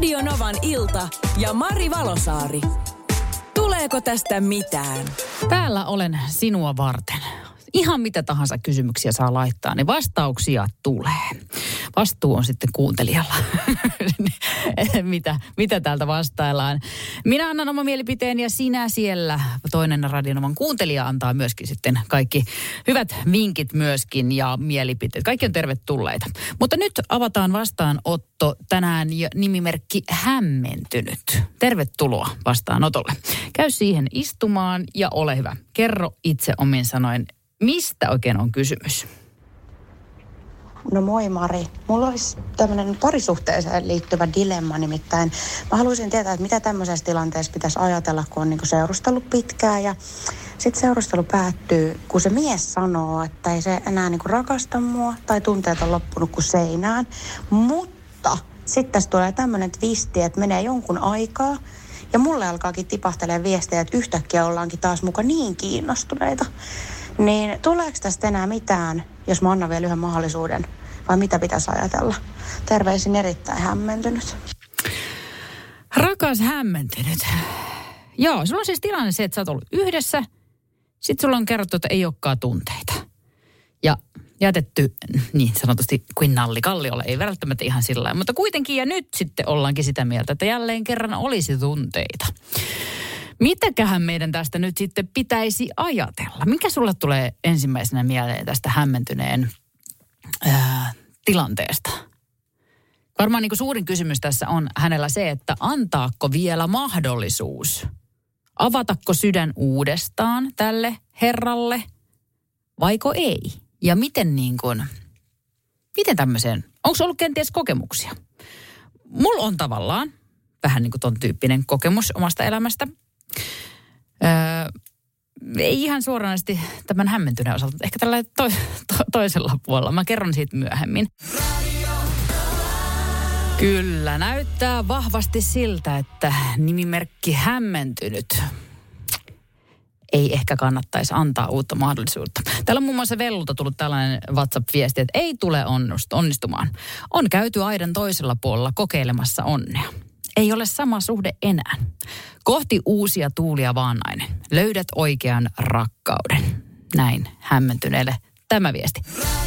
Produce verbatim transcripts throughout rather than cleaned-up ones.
Radio Novan ilta ja Mari Valosaari. Tuleeko tästä mitään? Täällä olen sinua varten. Ihan mitä tahansa kysymyksiä saa laittaa, niin vastauksia tulee. Vastuu on sitten kuuntelijalla. mitä, mitä täältä vastaillaan. Minä annan oma mielipiteen ja sinä siellä, toinen Radionovan kuuntelija, antaa myöskin sitten kaikki hyvät vinkit myöskin ja mielipiteet. Kaikki on tervetulleita. Mutta nyt avataan vastaanotto tänään nimimerkki Hämmentynyt. Tervetuloa vastaanotolle. Käy siihen istumaan ja ole hyvä. Kerro itse omin sanoin, mistä oikein on kysymys? No moi Mari. Mulla olisi tämmöinen parisuhteeseen liittyvä dilemma, nimittäin mä haluaisin tietää, että mitä tämmöisessä tilanteessa pitäisi ajatella, kun on niinku seurustellut pitkään ja sitten seurustelu päättyy, kun se mies sanoo, että ei se enää niinku rakasta mua tai tunteet on loppunut kuin seinään, mutta sitten tässä tulee tämmöinen twisti, että menee jonkun aikaa ja mulle alkaakin tipahtelee viestejä, että yhtäkkiä ollaankin taas muka niin kiinnostuneita. Niin tuleeko tästä enää mitään, jos mä annan vielä yhden mahdollisuuden, vai mitä pitäisi ajatella? Terveisin erittäin hämmentynyt. Rakas hämmentynyt. Joo, sulla on siis tilanne se, että sä oot ollut yhdessä, sit sulla on kerrottu, että ei olekaan tunteita. Ja jätetty niin sanotusti kuin nallikalliolle, ei välttämättä ihan sillä lailla, mutta kuitenkin ja nyt sitten ollaankin sitä mieltä, että jälleen kerran olisi tunteita. Mitäköhän meidän tästä nyt sitten pitäisi ajatella? Mikä sulle tulee ensimmäisenä mieleen tästä hämmentyneen ää, tilanteesta? Varmaan niin kuin suurin kysymys tässä on hänellä se, että antaako vielä mahdollisuus? Avatako sydän uudestaan tälle herralle vaiko ei? Ja miten niin kuin, miten tämmöiseen, onko ollut kenties kokemuksia? Mulla on tavallaan vähän niin kuin ton tyyppinen kokemus omasta elämästä. Öö, ei ihan suoranaisesti tämän hämmentyneen osalta, ehkä tällä to, to, toisella puolella. Mä kerron siitä myöhemmin. Kyllä, näyttää vahvasti siltä, että nimimerkki Hämmentynyt ei ehkä kannattaisi antaa uutta mahdollisuutta. Täällä on muun muassa Vellulta tullut tällainen WhatsApp-viesti, että ei tule onnistumaan. On käyty aidan toisella puolella kokeilemassa onnea. Ei ole sama suhde enää. Kohti uusia tuulia vaan nainen. Löydät oikean rakkauden. Näin hämmentyneelle tämä viesti.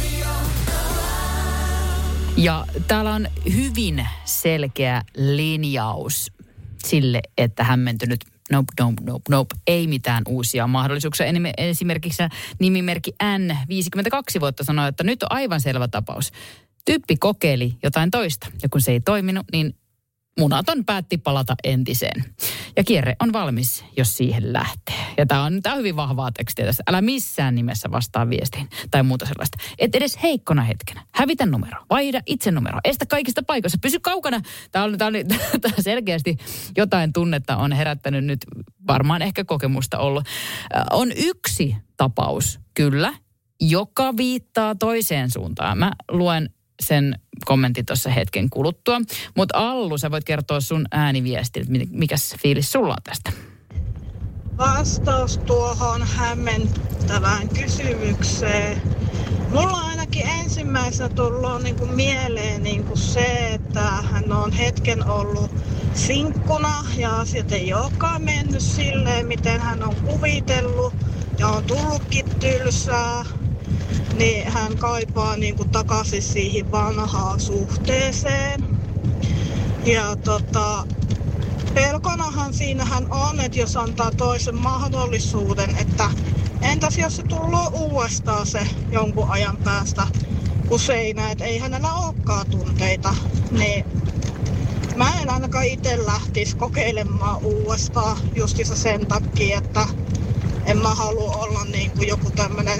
Ja täällä on hyvin selkeä linjaus sille, että hämmentynyt nope, nope, nope, nope. Ei mitään uusia mahdollisuuksia. Esimerkiksi nimimerkki N viisikymmentäkaksi vuotta sanoi, että nyt on aivan selvä tapaus. Tyyppi kokeili jotain toista ja kun se ei toiminut, niin munaton päätti palata entiseen. Ja kierre on valmis, jos siihen lähtee. Ja tämä on, tää on hyvin vahvaa tekstiä tästä. Älä missään nimessä vastaa viestiin tai muuta sellaista. Et edes heikkona hetkenä. Hävitä numero. Vaihda itse numero. Estä kaikista paikoissa. Pysy kaukana. Tämä on, tää on, tää on selkeästi jotain tunnetta on herättänyt nyt. Varmaan ehkä kokemusta ollut. Äh, on yksi tapaus, kyllä, joka viittaa toiseen suuntaan. Mä luen sen kommentin tuossa hetken kuluttua. Mutta Allu, sä voit kertoa sun ääniviestin, mikäs fiilis sulla on tästä? Vastaus tuohon hämmentävään kysymykseen. Mulla ainakin ensimmäisenä tullut niinku mieleen niinku se, että hän on hetken ollut sinkkuna ja asiat ei olekaan mennyt silleen, miten hän on kuvitellut ja on tullutkin tylsää. Niin hän kaipaa niinku takaisin siihen vanhaan suhteeseen. Ja tota, pelkonahan siinähän on, että jos antaa toisen mahdollisuuden, että entäs jos se tulee uudestaan se jonkun ajan päästä usein, että ei hänellä olekaan tunteita, niin mä en ainakaan itse lähtisi kokeilemaan uudestaan justissa sen takia, että en mä halua olla niinku joku tämmönen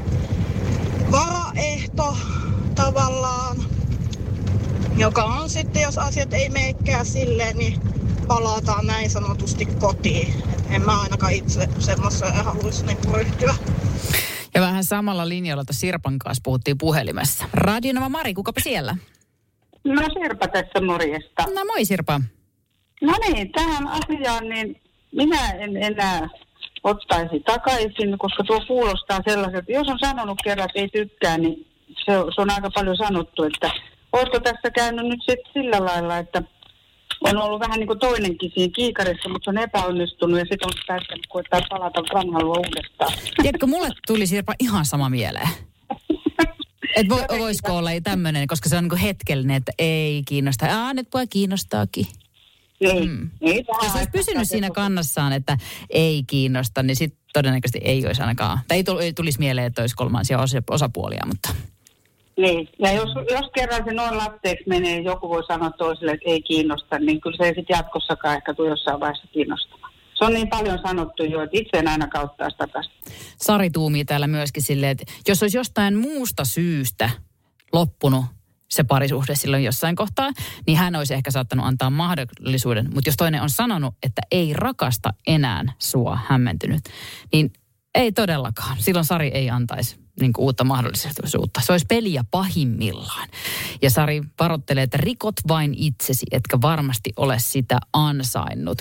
varaehto tavallaan, joka on sitten, jos asiat ei meikään silleen, niin palataan näin sanotusti kotiin. En mä ainakaan itse semmoiseen haluaisi niin ryhtyä. Ja vähän samalla linjalla, että Sirpan kanssa puhuttiin puhelimessa. Radionova Mari, kukapa siellä? No Sirpa tässä, morjesta. No moi Sirpa. No niin, tähän asiaan niin minä en enää ottaisi takaisin, koska tuo kuulostaa sellaiset, että jos on sanonut kerran, että ei tykkää, niin se on, se on aika paljon sanottu, että oletko tässä käynyt nyt sitten sillä lailla, että on ollut vähän niin kuin toinenkin siinä kiikarissa, mutta se on epäonnistunut ja sitten on päättänyt koettaa palata vanhalla uudestaan. Tiedätkö, mulle tuli Sirpa ihan sama mieleen. Että vo, voisiko olla tämmöinen, koska se on niin kuin hetkellinen, että ei kiinnosta. Aa, nyt voi kiinnostaakin. Ei, mm. ei Jos olisi pysynyt siinä kannassaan, että ei kiinnosta, niin sitten todennäköisesti ei olisi ainakaan. Tai ei, ei tulisi mieleen, että olisi kolmansia osapuolia, mutta... Niin, ja jos, jos kerran se noin latteeksi menee, joku voi sanoa toiselle, että ei kiinnosta, niin kyllä se ei sitten jatkossakaan ehkä tule jossain vaiheessa kiinnostamaan. Se on niin paljon sanottu jo, että itse en aina kauttaisi takaisin. Sari tuumii täällä myöskin silleen, että jos olisi jostain muusta syystä loppunut se parisuhde silloin jossain kohtaa, niin hän olisi ehkä saattanut antaa mahdollisuuden. Mutta jos toinen on sanonut, että ei rakasta enää sua, hämmentynyt, niin ei todellakaan. Silloin Sari ei antaisi niin kuin uutta mahdollisuutta. Se olisi peliä pahimmillaan. Ja Sari varoittelee, että rikot vain itsesi, etkä varmasti ole sitä ansainnut.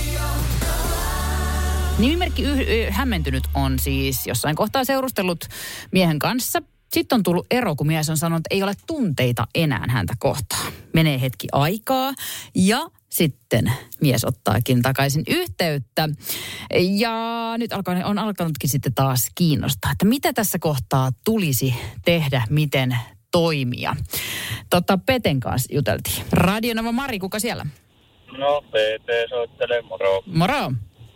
Nimimerkki y- y- hämmentynyt on siis jossain kohtaa seurustellut miehen kanssa. Sitten on tullut ero, kun mies on sanonut, että ei ole tunteita enää häntä kohtaan. Menee hetki aikaa ja sitten mies ottaakin takaisin yhteyttä. Ja nyt alkaa, on alkanutkin sitten taas kiinnostaa, että mitä tässä kohtaa tulisi tehdä, miten toimia. Tota, Peten kanssa juteltiin. Radionova Mari, kuka siellä? No, P T soittelee, moro. Moro.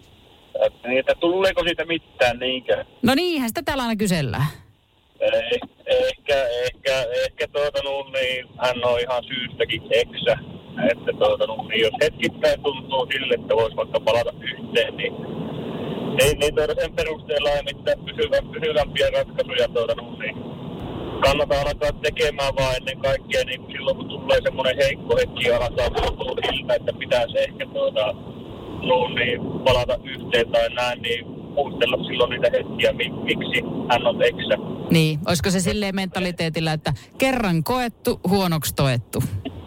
Niitä tuleeko siitä mitään niinkään? No niinhän sitä täällä aina kysellään. Eh, ehkä, ehkä, ehkä tuota no, niin, hän on ihan syystäkin eksä. Että tuota no, niin, jos hetkittäin tuntuu sille, että voisi vaikka palata yhteen, niin ei niin tuota sen perusteella ei mitään pysyvän, pysyvämpiä ratkaisuja tuota no, niin kannattaa alkaa tekemään vaan ennen kaikkea niin silloin, kun tulee semmoinen heikko hetki ja alkaa tuntua siltä, että pitäisi ehkä tuota no, niin, palata yhteen tai näin, niin muistella silloin niitä hetkiä, miksi hän on eksä. Niin, olisiko se silleen mentaliteetillä, että kerran koettu, huonoksi toettu?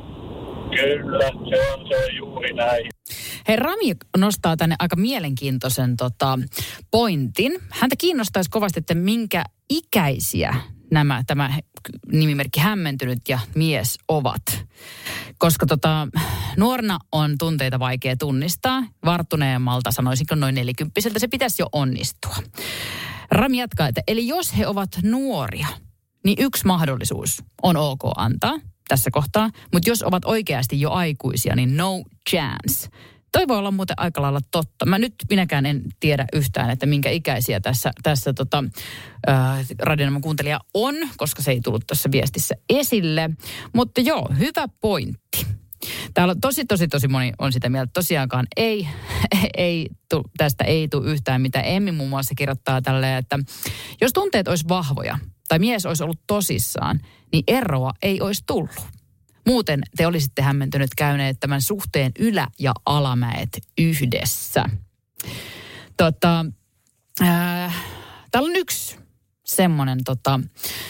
Kyllä, se on, se on juuri näin. Hei, Rami nostaa tänne aika mielenkiintoisen tota, pointin. Häntä kiinnostaisi kovasti, että minkä ikäisiä nämä, tämä nimimerkki hämmentynyt ja mies ovat. Koska tota, nuorena on tunteita vaikea tunnistaa. Varttuneemmalta, sanoisinko noin nelikymppiseltä, se pitäisi jo onnistua. Rami jatkaa, että eli jos he ovat nuoria, niin yksi mahdollisuus on ok antaa tässä kohtaa. Mutta jos ovat oikeasti jo aikuisia, niin no chance. Toi voi olla muuten aika lailla totta. Mä nyt minäkään en tiedä yhtään, että minkä ikäisiä tässä, tässä tota, äh, radionoman kuuntelija on, koska se ei tullut tässä viestissä esille. Mutta joo, hyvä pointti. Täällä on tosi, tosi, tosi moni on sitä mieltä, että tosiaankaan ei, ei tu, tästä ei tule yhtään mitä. Emmi muun muassa kirjoittaa tälleen, että jos tunteet olisi vahvoja tai mies olisi ollut tosissaan, niin eroa ei olisi tullut. Muuten te olisitte hämmentynyt käyneet tämän suhteen ylä- ja alamäet yhdessä. Tota, ää, täällä on yksi semmoinen, tota,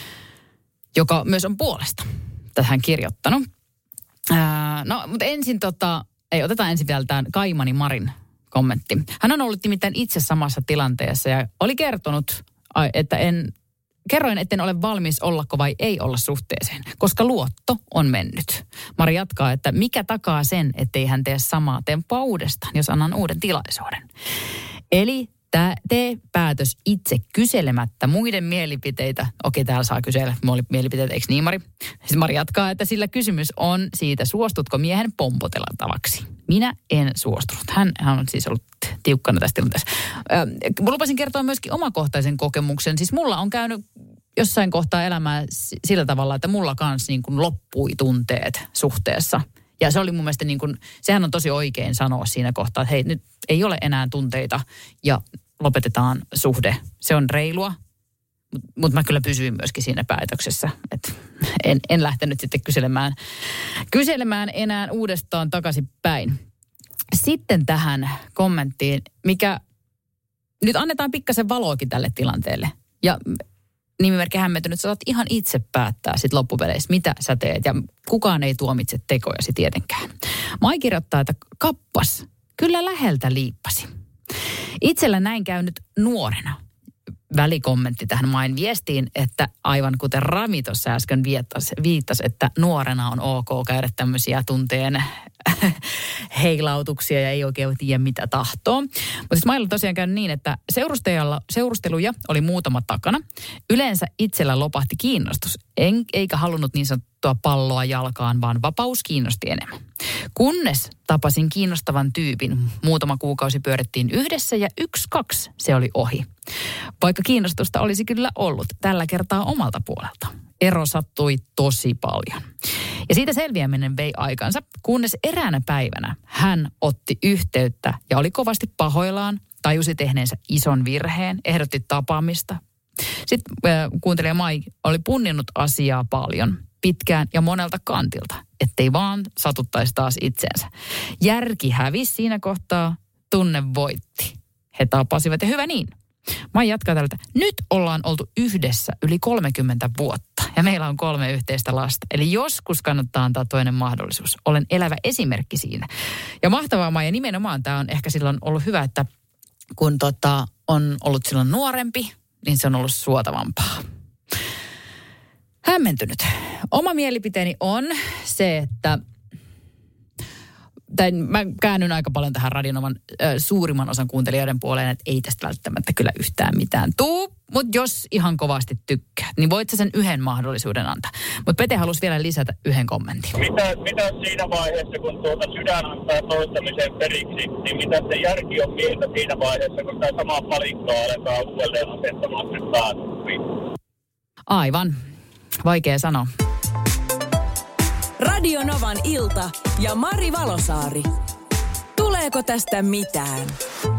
joka myös on puolesta tähän kirjoittanut. Ää, no, mutta ensin tota, ei otetaan ensin vielä tämän Kaimani Marin kommentti. Hän on ollut nimittäin itse samassa tilanteessa ja oli kertonut, että en... Kerroin, etten ole valmis ollako vai ei olla suhteeseen, koska luotto on mennyt. Mari jatkaa, että mikä takaa sen, ettei hän tee samaa tempoa uudestaan, jos annan uuden tilaisuuden. Eli tää, tee päätös itse kyselemättä muiden mielipiteitä. Okei, täällä saa kysellä mielipiteitä, eikö niin Mari? Sitten Mari jatkaa, että sillä kysymys on siitä, suostutko miehen pompoteltavaksi. Minä en suostunut. Hän, hän on siis ollut tiukkana tästä tilanteessa. Mä lupasin kertoa myöskin omakohtaisen kokemuksen. Siis mulla on käynyt jossain kohtaa elämää sillä tavalla, että mulla kanssa niin kuin loppui tunteet suhteessa. Ja se oli mun mielestä niin kuin, sehän on tosi oikein sanoa siinä kohtaa, että hei, nyt ei ole enää tunteita ja lopetetaan suhde. Se on reilua, mutta mut mä kyllä pysyin myöskin siinä päätöksessä. Että en, en lähtenyt sitten kyselemään, kyselemään enää uudestaan takaisin päin. Sitten tähän kommenttiin, mikä nyt annetaan pikkasen valoakin tälle tilanteelle. Ja nimimerkki hämmentynyt, sä saat ihan itse päättää sit loppupeleissä, mitä sä teet. Ja kukaan ei tuomitse tekojasi tietenkään. Mai kirjoittaa, että kappas, kyllä läheltä liippasi. Itsellä näin käynyt nuorena. Välikommentti tähän Main viestiin, että aivan kuten Rami tuossa äsken viittasi, viittasi, että nuorena on ok käydä tämmöisiä tunteen heilautuksia ja ei oikein tiedä mitä tahtoo. Mutta siis Mailla tosiaan käynyt niin, että seurustajalla, seurusteluja oli muutama takana. Yleensä itsellä lopahti kiinnostus, en, eikä halunnut niin sanottua palloa jalkaan, vaan vapaus kiinnosti enemmän. Kunnes tapasin kiinnostavan tyypin, muutama kuukausi pyörittiin yhdessä ja yksi, kaksi se oli ohi. Vaikka kiinnostusta olisi kyllä ollut tällä kertaa omalta puolelta. Ero sattui tosi paljon. Ja siitä selviäminen vei aikansa, kunnes eräänä päivänä hän otti yhteyttä ja oli kovasti pahoillaan, tajusi tehneensä ison virheen, ehdotti tapaamista. Sitten äh, kuuntelija Mai oli punninnut asiaa paljon, pitkään ja monelta kantilta, ettei vaan satuttaisi taas itseensä. Järki hävisi siinä kohtaa, tunne voitti. He tapasivat ja hyvä niin. Mai jatkaa tältä. Nyt ollaan oltu yhdessä yli kolmekymmentä vuotta ja meillä on kolme yhteistä lasta. Eli joskus kannattaa antaa toinen mahdollisuus. Olen elävä esimerkki siinä. Ja mahtavaa Mai, ja nimenomaan tämä on ehkä silloin ollut hyvä, että kun tota, on ollut silloin nuorempi, niin se on ollut suotavampaa. Hämmentynyt. Oma mielipiteeni on se, että tai mä käännyn aika paljon tähän Radionovan äh, suurimman osan kuuntelijoiden puoleen, että ei tästä välttämättä kyllä yhtään mitään tuu. Mutta jos ihan kovasti tykkää, niin voit sä sen yhden mahdollisuuden antaa. Mutta Pete halusi vielä lisätä yhden kommentin. Mitä, mitä siinä vaiheessa, kun tuota sydän antaa toistamiseen periksi, niin mitä se järki on mieltä siinä vaiheessa, kun tämä samaa palikkaa aletaan uudelleen asettamaan sen päätöksiin? Aivan. Vaikea sanoa. Radio Novan ilta ja Mari Valosaari. Tuleeko tästä mitään?